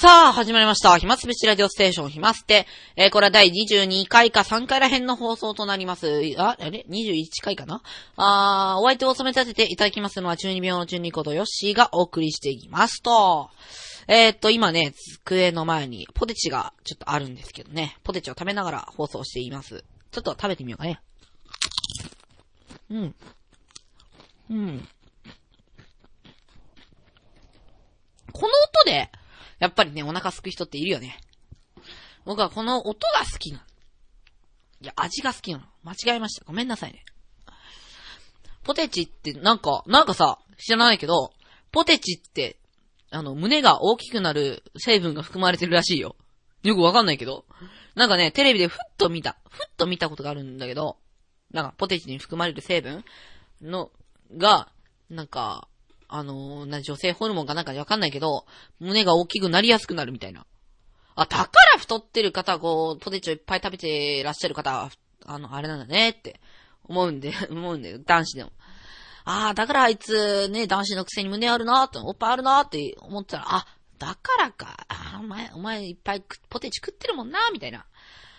さあ、始まりました。暇つぶしラジオステーション暇捨て。これは第22回か3回ら辺の放送となります。あれ ?21 回かなお相手を染め立てていただきますのは中二病の中二ことヨッシーがお送りしていきますと。今ね、机の前にポテチがちょっとあるんですけどね。ポテチを食べながら放送しています。ちょっと食べてみようかね。この音で、やっぱりね、お腹すく人っているよね。僕はこの音が好きなの。いや、味が好きなの。間違えました。ごめんなさいね。ポテチってなんかさ、知らないけど、ポテチって、胸が大きくなる成分が含まれてるらしいよ。よくわかんないけど。なんかね、テレビでふっと見たことがあるんだけど、なんかポテチに含まれる成分が、なんか、女性ホルモンかなんかわかんないけど、胸が大きくなりやすくなるみたいな。だから太ってる方、ポテチをいっぱい食べてらっしゃる方は、あれなんだねって思うんで、男子でも。だからあいつね、男子のくせに胸あるなーって、おっぱいあるなーって思ったら、だからか、お前いっぱいポテチ食ってるもんなーみたいな。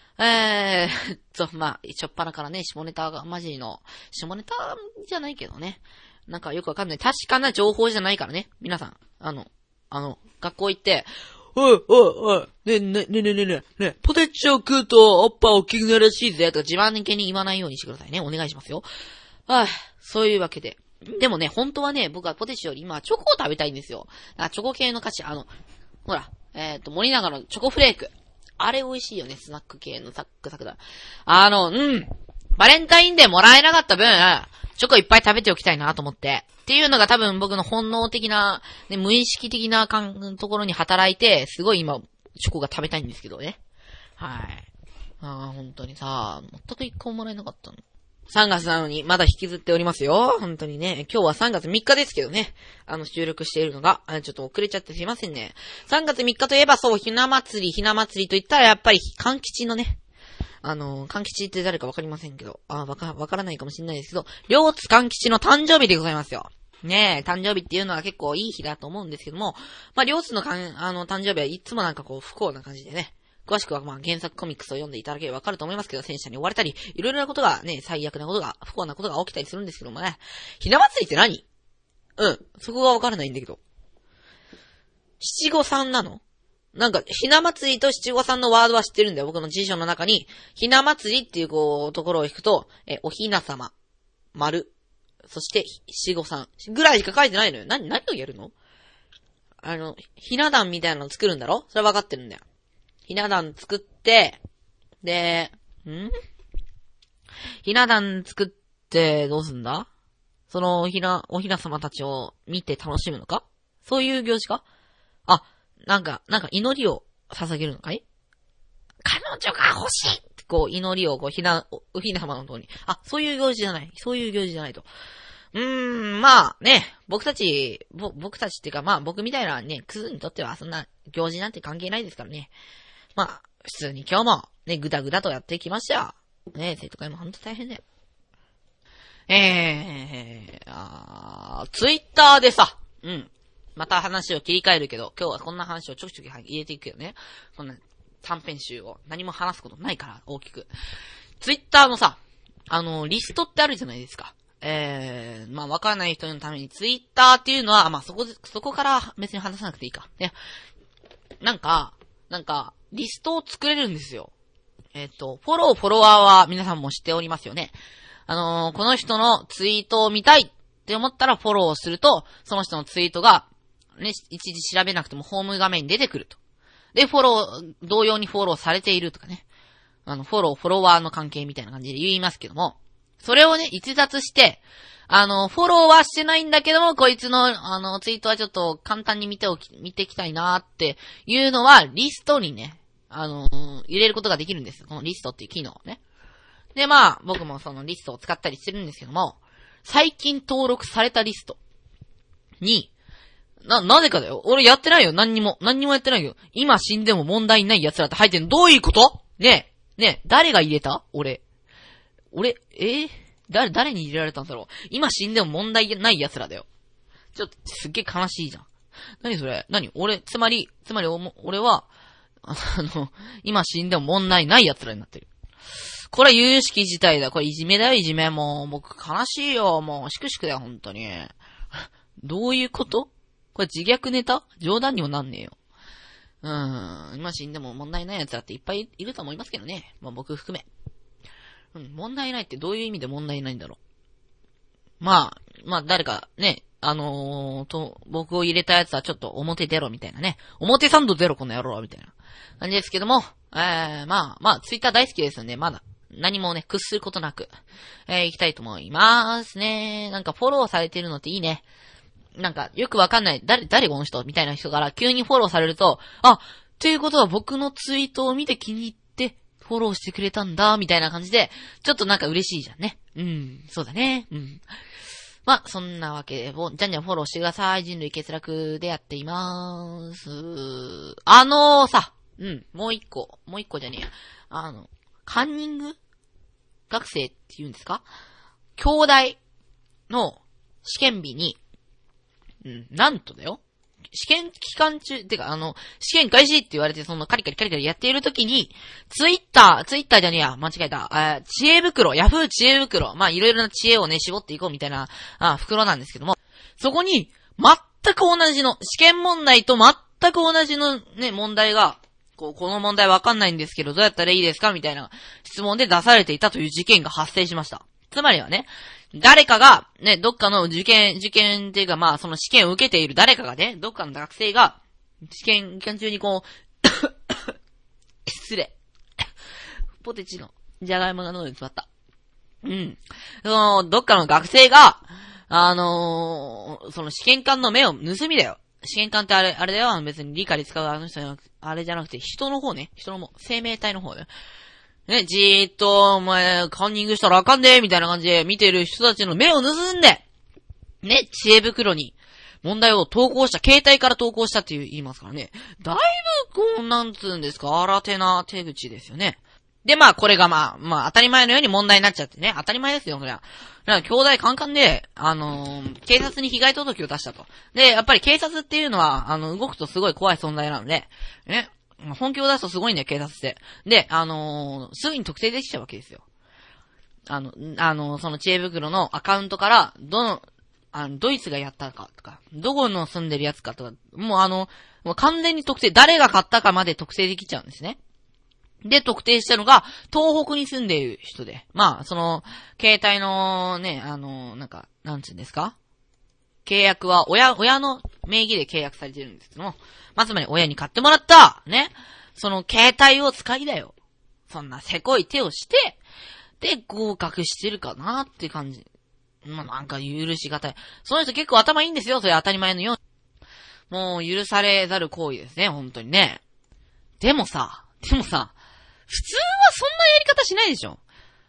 しょっぱなからね、下ネタがマジの、下ネタじゃないけどね。なんかよくわかんない。確かな情報じゃないからね。皆さん。学校行って、おい、ね、ポテチを食うとおっぱい大きくなるらしいぜ、とか自慢げに言わないようにしてくださいね。お願いしますよ。そういうわけで。でもね、本当はね、僕はポテチより今、チョコを食べたいんですよ。チョコ系の菓子、ほら、森永のチョコフレーク。あれ美味しいよね、スナック系のサックサクだ。バレンタインデーもらえなかった分、チョコいっぱい食べておきたいなと思って。っていうのが多分僕の本能的な、ね、無意識的なところに働いて、すごい今、チョコが食べたいんですけどね。はい。本当にさ、全く一個ももらえなかったの。3月なのに、まだ引きずっておりますよ。本当にね。今日は3月3日ですけどね。収録しているのが、ちょっと遅れちゃってすいませんね。3月3日といえばそう、ひな祭りといったらやっぱり、柑吉のね、柑吉って誰かわかりませんけど、わからないかもしれないですけど、両津柑吉の誕生日でございますよ。ねえ、誕生日っていうのは結構いい日だと思うんですけども、両津の誕生日はいつもなんか不幸な感じでね、詳しくは原作コミックスを読んでいただければわかると思いますけど、戦車に追われたり、いろいろなことがね、最悪なことが、不幸なことが起きたりするんですけどもね、ひな祭りって何？そこがわからないんだけど。七五三なの？なんか、ひな祭りと七五三のワードは知ってるんだよ。僕の辞書の中に、ひな祭りっていうところを引くと、おひなさま、丸、そして七五三ぐらいしか書いてないのよ。何をやるの？ひな壇みたいなの作るんだろ？それは分かってるんだよ。ひな壇作って、で、ひな壇作って、どうすんだ？そのおひなさまたちを見て楽しむのか？そういう行事か？なんか祈りを捧げるのかい？彼女が欲しいって祈りをおひな様のところに。そういう行事じゃない。そういう行事じゃないと。僕たちっていうか僕みたいなね、クズにとってはそんな行事なんて関係ないですからね。普通に今日もね、ぐだぐだとやっていきましたよ。ね、生徒会もほんと大変だよ。ツイッターでさ、また話を切り替えるけど、今日はこんな話をちょくちょく入れていくよね。こんな短編集を何も話すことないから大きく。ツイッターのさ、リストってあるじゃないですか。わからない人のためにツイッターっていうのは、そこから別に話さなくていいか。ね。なんか、リストを作れるんですよ。フォロワーは皆さんも知っておりますよね。この人のツイートを見たいって思ったらフォローをすると、その人のツイートが、ね、一時調べなくてもホーム画面に出てくると。で、同様にフォローされているとかね。フォロワーの関係みたいな感じで言いますけども、それをね、逸脱して、フォローはしてないんだけども、こいつの、ツイートはちょっと簡単に見ていきたいなーっていうのは、リストにね、入れることができるんです。このリストっていう機能をね。で、僕もそのリストを使ったりしてるんですけども、最近登録されたリストに、なぜかだよ。俺やってないよ。何にもやってないよ。今死んでも問題ない奴らって入ってんの。どういうこと？ねえ、誰が入れた？俺、誰に入れられたんだろう。今死んでも問題ない奴らだよ。ちょっとすっげえ悲しいじゃん。 何それ？つまり俺は、今死んでも問題ない奴らになってる。これは有識事態だ。これいじめだよ、いじめ。もう、僕悲しいよ。もう、しくしくだよ、本当に。どういうこと？これ自虐ネタ？冗談にもなんねえよ。今死んでも問題ない奴らっていっぱいいると思いますけどね。まあ僕含め。問題ないってどういう意味で問題ないんだろう。まあ誰かね、僕を入れたやつはちょっと表出ろみたいなね。表参道出ろこの野郎みたいな感じですけども、まあツイッター大好きですよね。まだ何もね、屈することなく、行きたいと思いますね。なんかフォローされてるのっていいね。なんか、よくわかんない、誰この人みたいな人から急にフォローされると、ということは僕のツイートを見て気に入ってフォローしてくれたんだ、みたいな感じで、ちょっとなんか嬉しいじゃんね。そうだね。まあ、そんなわけで、じゃんじゃんフォローしてください。人類欠落でやっていまーす。もう一個じゃねえや。カンニング学生って言うんですか？京大の試験日に、なんとだよ。試験期間中、試験開始って言われて、カリカリやっているときに、ツイッターじゃねえや、間違えた。知恵袋、ヤフー知恵袋。まあ、いろいろな知恵をね、絞っていこうみたいな、袋なんですけども、そこに、全く同じの、試験問題と全く同じのね、問題が、この問題わかんないんですけど、どうやったらいいですかみたいな質問で出されていたという事件が発生しました。つまりはね、誰かが、ね、どっかの受験っていうかまあその試験を受けている誰かがね、どっかの学生が、試験期間中に失礼。ポテチのじゃがいもが喉に詰まった。どっかの学生が、その試験官の目を盗みだよ。試験官ってあれだよ。別に理科で使うあれじゃなくて、人の方ね。生命体の方ね。ね、じーっと、お前、カンニングしたらあかんで、みたいな感じで見てる人たちの目を盗んで、ね、知恵袋に問題を投稿した、携帯から投稿したって言いますからね。だいぶ、なんつうんですか、新手な手口ですよね。で、まあ、これがまあ、当たり前のように問題になっちゃってね。当たり前ですよ、そりゃ。だから、兄弟カンカンで、警察に被害届を出したと。で、やっぱり警察っていうのは、動くとすごい怖い存在なので、ね。本気を出すとすごいんだよ、警察って。で、すぐに特定できちゃうわけですよ。その知恵袋のアカウントから、ドイツがやったかとか、どこの住んでるやつかとか、もう完全に特定、誰が買ったかまで特定できちゃうんですね。で、特定したのが、東北に住んでいる人で、まあ、携帯のね、なんつうんですか？契約は、親の名義で契約されてるんですけども、まあ、つまり親に買ってもらった、ね、その携帯を使いだよ。そんなせこい手をして、で、合格してるかなって感じ。まあ、なんか許しがたい。その人結構頭いいんですよ、それ当たり前のように。もう許されざる行為ですね、本当にね。でもさ、普通はそんなやり方しないでしょ。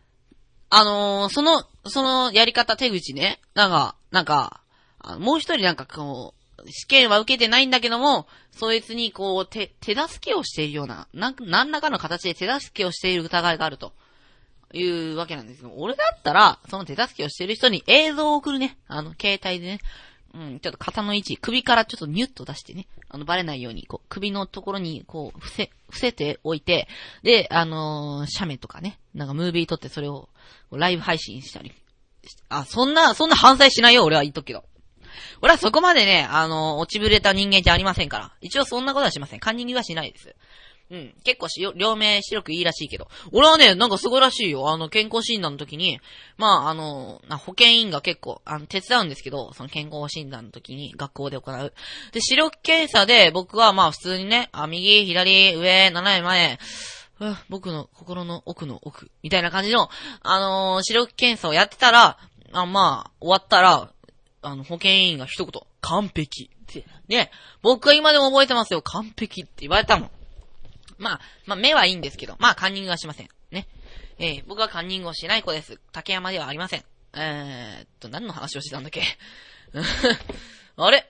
そのやり方手口ね。なんか、もう一人試験は受けてないんだけども、そいつに手助けをしているような、何らかの形で手助けをしている疑いがあるというわけなんですけど、俺だったら、その手助けをしている人に映像を送るね。携帯でね。ちょっと肩の位置、首からちょっとニュッと出してね。バレないように、首のところに、伏せておいて、で、写メとかね。なんかムービー撮ってそれを、ライブ配信したり。そんな犯罪しないよ、俺は言っとくけど。俺はそこまでね、落ちぶれた人間じゃありませんから。一応そんなことはしません。カンニングはしないです。結構両目白くいいらしいけど。俺はね、なんかすごいらしいよ。健康診断の時に、まあ、保健員が結構、手伝うんですけど、その健康診断の時に学校で行う。で、視力検査で僕はまあ普通にね、右、左、上、斜め前、僕の心の奥の奥、みたいな感じの、視力検査をやってたら、まあ、終わったら、保健員が一言、完璧って。ね、僕は今でも覚えてますよ。完璧って言われたもん。まあ、目はいいんですけど、まあ、カンニングはしません。ね。僕はカンニングをしない子です。竹山ではありません。何の話をしてたんだっけあれ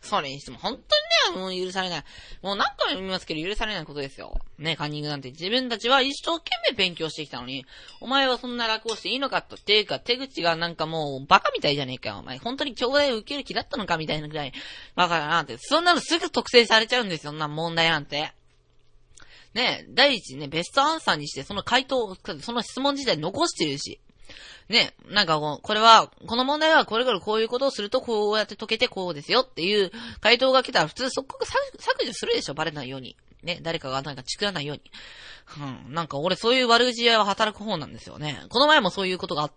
それにしても本当にね、もう許されない。もう何回も言いますけど許されないことですよ。ね、カンニングなんて自分たちは一生懸命勉強してきたのに、お前はそんな楽をしていいのかと。っていうか、手口がなんかもうバカみたいじゃねえかよ。お前本当に兄弟を受ける気だったのかみたいなくらいバカだなって。そんなのすぐ特定されちゃうんですよ、そんな問題なんて。ね、第一ね、ベストアンサーにしてその回答、その質問自体残してるし。ね、なんかこれは、この問題はこれからこういうことをするとこうやって解けてこうですよっていう回答が来たら普通即刻削除するでしょ、バレないように。ね、誰かがなんかチクらないように。なんか俺そういう悪口屋は働く方なんですよね。この前もそういうことがあって、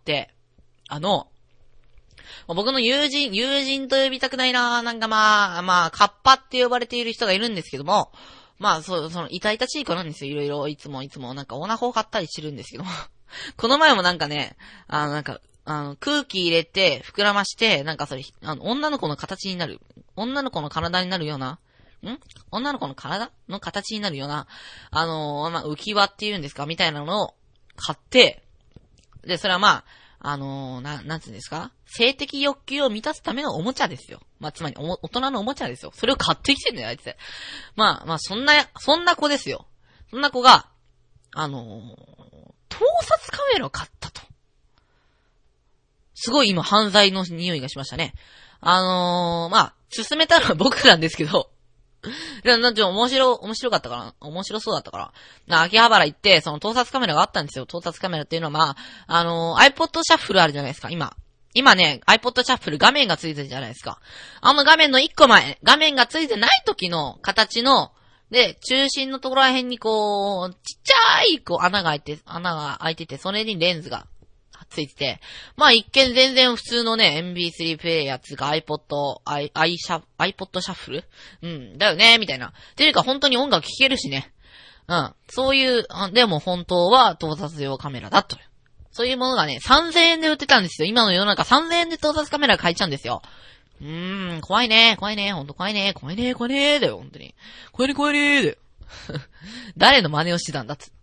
僕の友人と呼びたくないな、なんかまあ、カッパって呼ばれている人がいるんですけども、まあ、その、痛々しい子なんですよ。いろいろ、いつも、なんか、オナホを買ったりしてるんですけども。この前もなんかね、空気入れて、膨らまして、なんかそれ、女の子の形になる、女の子の体になるような、女の子の体の形になるような、浮き輪っていうんですかみたいなのを買って、で、それはまあ、なんつうんですか性的欲求を満たすためのおもちゃですよ。まあ、つまり大人のおもちゃですよ。それを買ってきてんだよ、あいつ。まあ、そんな子ですよ。そんな子が、盗撮カメラを買ったと。すごい今犯罪の匂いがしましたね。まあ、進めたのは僕なんですけど、なんて面白かったから、面白そうだったから。秋葉原行って、その盗撮カメラがあったんですよ。盗撮カメラっていうのは、まあ、iPod シャッフルあるじゃないですか、今ね、iPod シャッフル画面がついてるじゃないですか。画面の1個前、画面がついてない時の形の、で、中心のところら辺にこう、ちっちゃい、穴が開いてて、それにレンズがついてて、まあ一見全然普通のね、MP3 プレイヤーつうか iPod シャッフルだよね、みたいな。ていうか本当に音楽聴けるしね。そういう、でも本当は盗撮用カメラだと。そういうものがね、3000円で売ってたんですよ。今の世の中3000円で盗撮カメラ買えちゃうんですよ。怖いね、ほんと怖いね、だよ、ほんとに。怖いね、だよ。誰の真似をしてたんだっつ。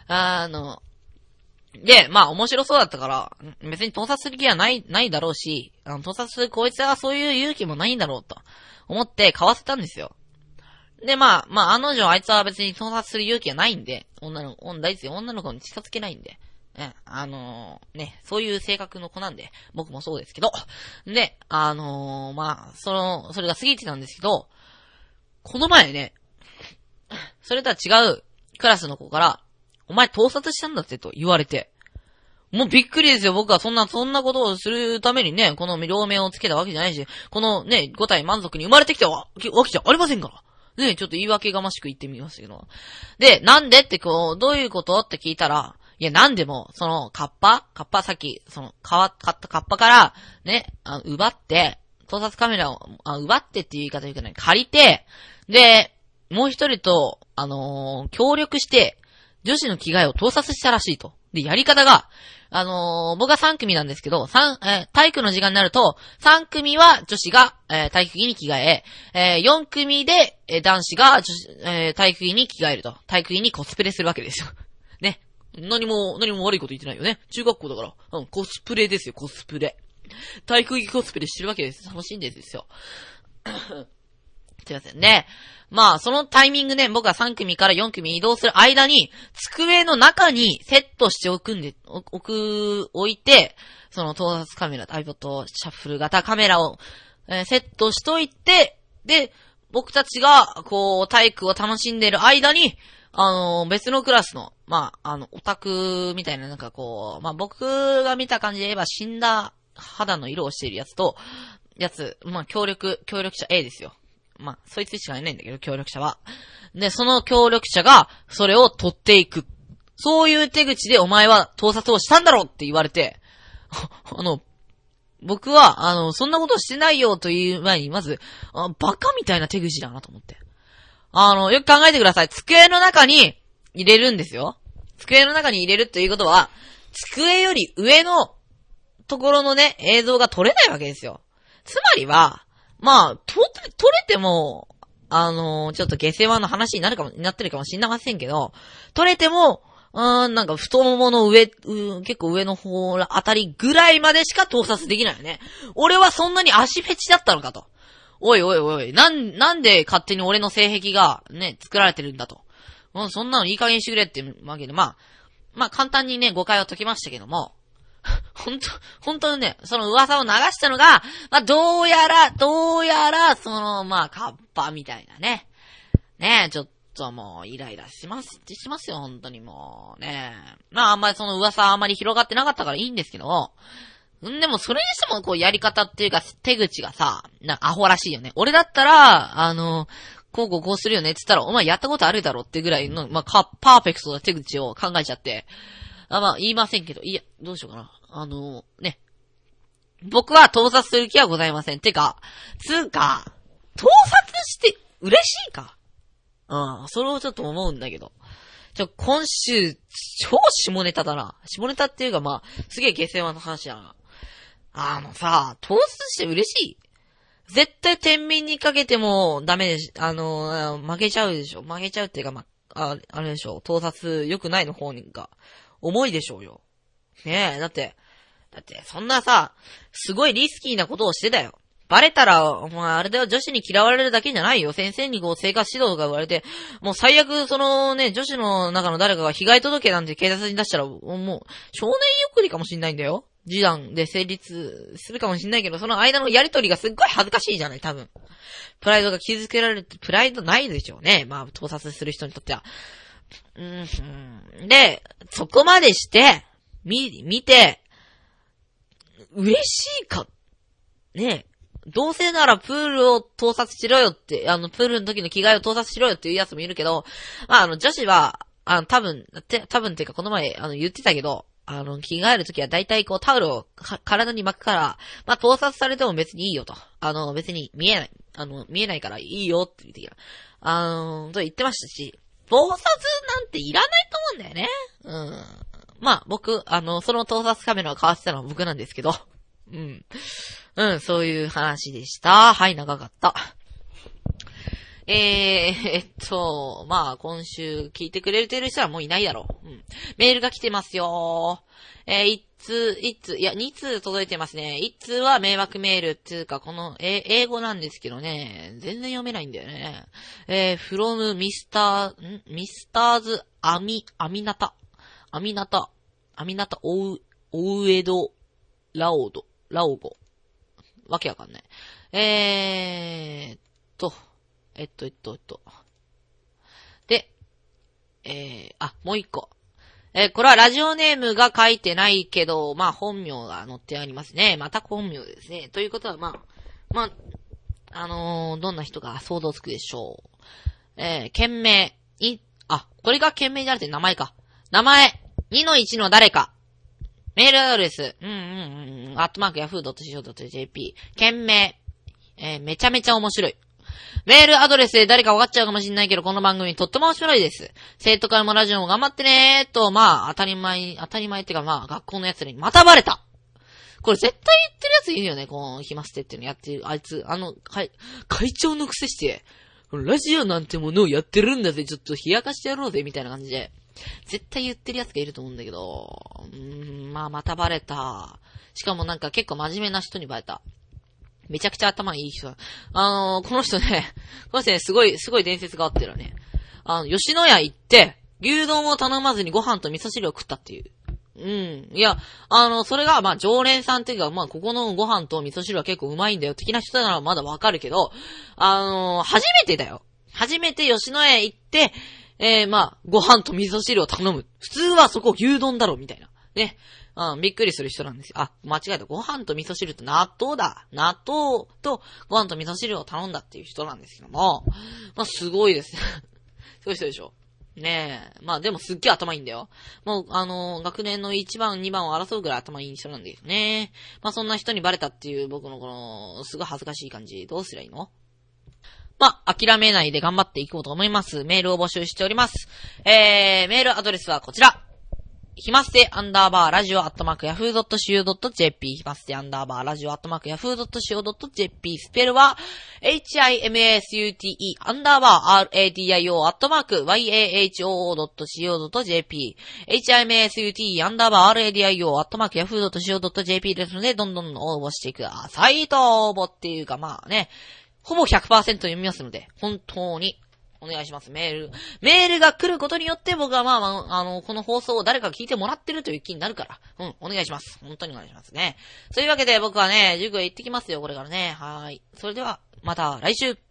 で、まあ面白そうだったから、別に盗撮する気はないだろうし、盗撮するこいつはそういう勇気もないんだろうと思って買わせたんですよ。で、まあ案の定あいつは別に盗撮する勇気はないんで、女の子に近づけないんで、ね、そういう性格の子なんで、僕もそうですけど。で、まあ、それが過ぎてたんですけど、この前ね、それとは違うクラスの子から、お前盗撮したんだってと言われて、もうびっくりですよ。僕はそんなことをするためにね、この両面をつけたわけじゃないし、このね、5体満足に生まれてきたわけじゃありませんから。ね、ちょっと言い訳がましく言ってみましたけど。で、なんでってどういうことって聞いたら、いや、なんでも、その、カッパさっき、その、買ったカッパから、ね、奪って、盗撮カメラを、奪ってっていう言い方言うけどね、借りて、で、もう一人と、協力して、女子の着替えを盗撮したらしいと。で、やり方が、僕は3組なんですけど、体育の時間になると、3組は女子が、体育着に着替え、4組で、男子が体育着に着替えると。体育着にコスプレするわけですよ。ね。何も悪いこと言ってないよね。中学校だから。コスプレですよ、コスプレ。体育着コスプレしてるわけです。楽しんでるんですよ。すいませんね。まあ、そのタイミングで僕は3組から4組移動する間に、机の中にセットして置いて、その盗撮カメラ、iPod シャッフル型カメラを、セットしといて、で、僕たちが、体育を楽しんでいる間に、別のクラスの、まあ、オタクみたいななんかまあ、僕が見た感じで言えば死んだ肌の色をしているやつ、まあ、協力者 A ですよ。まあ、そいつしかいないんだけど、協力者は。で、その協力者が、それを取っていく。そういう手口でお前は盗撮をしたんだろうって言われて、僕は、そんなことしてないよという前に、まず、バカみたいな手口だなと思って。よく考えてください。机の中に入れるんですよ。机の中に入れるということは、机より上のところのね、映像が撮れないわけですよ。つまりは、まあ、撮れても、ちょっと下世話の話になってるかもしれませんけど、撮れても、なんか太ももの上、結構上の方あたりぐらいまでしか盗撮できないよね。俺はそんなに足フェチだったのかと。 おいおいおい、なんで勝手に俺の性癖がね、作られてるんだと。そんなのいい加減にしてくれってわけで、まあ簡単にね、誤解を解きましたけども、本当にね、その噂を流したのが、まあどうやら、まあカッパみたいなね。ね、ちょっともうイライラしますよ、本当にもうね。まああんまりその噂あんまり広がってなかったからいいんですけど、でもそれにしてもこうやり方っていうか手口がさ、アホらしいよね。俺だったら、こうするよねって言ったら、お前やったことあるだろってぐらいの、まあ、パーフェクトな手口を考えちゃって、まあ言いませんけど、いや、どうしようかな。ね。僕は盗撮する気はございません。てか、盗撮して嬉しいか？それをちょっと思うんだけど。今週、超下ネタだな。下ネタっていうかまあ、すげえ下世話の話だな。盗撮して嬉しい？絶対天秤にかけてもダメでし、負けちゃうでしょ。負けちゃうっていうかまあ、あれでしょ。盗撮良くないの方が、重いでしょうよ。ねえ、だって、そんなさ、すごいリスキーなことをしてたよ。バレたら、お前あれだよ、女子に嫌われるだけじゃないよ。先生にこう生活指導が言われて、もう最悪そのね、女子の中の誰かが被害届なんて警察に出したら、もう、少年よくりかもしんないんだよ。示談で成立するかもしんないけど、その間のやりとりがすっごい恥ずかしいじゃない、多分。プライドが傷つけられるって、プライドないでしょうね。まあ、盗撮する人にとっては。で、そこまでして、見て、嬉しいかねえ。どうせならプールを盗撮しろよって、プールの時の着替えを盗撮しろよっていうやつもいるけど、まあ、女子は、多分っていうかこの前、言ってたけど、着替えるときは大体こうタオルを体に巻くから、まあ、盗撮されても別にいいよと。別に見えないからいいよって言ってきた。と言ってましたし、盗撮なんていらないと思うんだよね。まあ、僕、その盗撮カメラを買わせたのは僕なんですけど。そういう話でした。はい、長かった。まあ、今週聞いてくれてる人はもういないだろう。メールが来てますよ。2通届いてますね。1通は迷惑メールっていうか、この、英語なんですけどね、全然読めないんだよね。from Mr.'s アミナタ、オウエド、ラオゴ。わけわかんない。で、もう一個。これはラジオネームが書いてないけど、まあ本名が載ってありますね。また本名ですね。ということは、どんな人が想像つくでしょう。件名、これが件名じゃなくて名前か。名前、2の1の誰か。メールアドレス、@yahoo.co.jp。件名、めちゃめちゃ面白い。メールアドレスで誰か分かっちゃうかもしんないけど、この番組とっても面白いです。生徒会もラジオも頑張ってねーと、まあ、当たり前ってかまあ、学校のやつにまたバレた。これ絶対言ってるやついるよね、この暇捨てっていうのやってる、あいつ、会長の癖して、ラジオなんてものをやってるんだぜ、ちょっと冷やかしてやろうぜ、みたいな感じで。絶対言ってるやつがいると思うんだけど、またバレた。しかもなんか結構真面目な人にバレた。めちゃくちゃ頭いい人。この人ね、すごい伝説があってるね。吉野家行って、牛丼を頼まずにご飯と味噌汁を食ったっていう。いや、それが、まあ、常連さんっていうか、まあ、ここのご飯と味噌汁は結構うまいんだよ、的な人ならまだわかるけど、初めてだよ。初めて吉野家行って、まあ、ご飯と味噌汁を頼む。普通はそこ牛丼だろ、みたいな。ね。びっくりする人なんですよ。間違えた。ご飯と味噌汁と納豆だ。納豆とご飯と味噌汁を頼んだっていう人なんですけども。まあ、すごいです。すごい人でしょ。ねえ。まあ、でもすっげえ頭いいんだよ。もう、学年の1番、2番を争うぐらい頭いい人なんですよね。まあ、そんな人にバレたっていう僕のこの、すごい恥ずかしい感じ。どうすりゃいいの？まあ、諦めないで頑張っていこうと思います。メールを募集しております。メールアドレスはこちら。ひまステ_radio@yahoo.co.jp ひまステ_radio@yahoo.co.jp スペルは himasteradio@yahoo.co.jp himasteradio@yahoo.co.jp ですので、どんどん応募してくださいと。応募っていうかまあね、 ほぼ 100% 読みますので、本当に。お願いします。メールが来ることによって僕はこの放送を誰か聞いてもらってるという気になるから。お願いします。本当にお願いしますね。そういうわけで僕はね、塾へ行ってきますよ、これからね。はーい。それでは、また来週。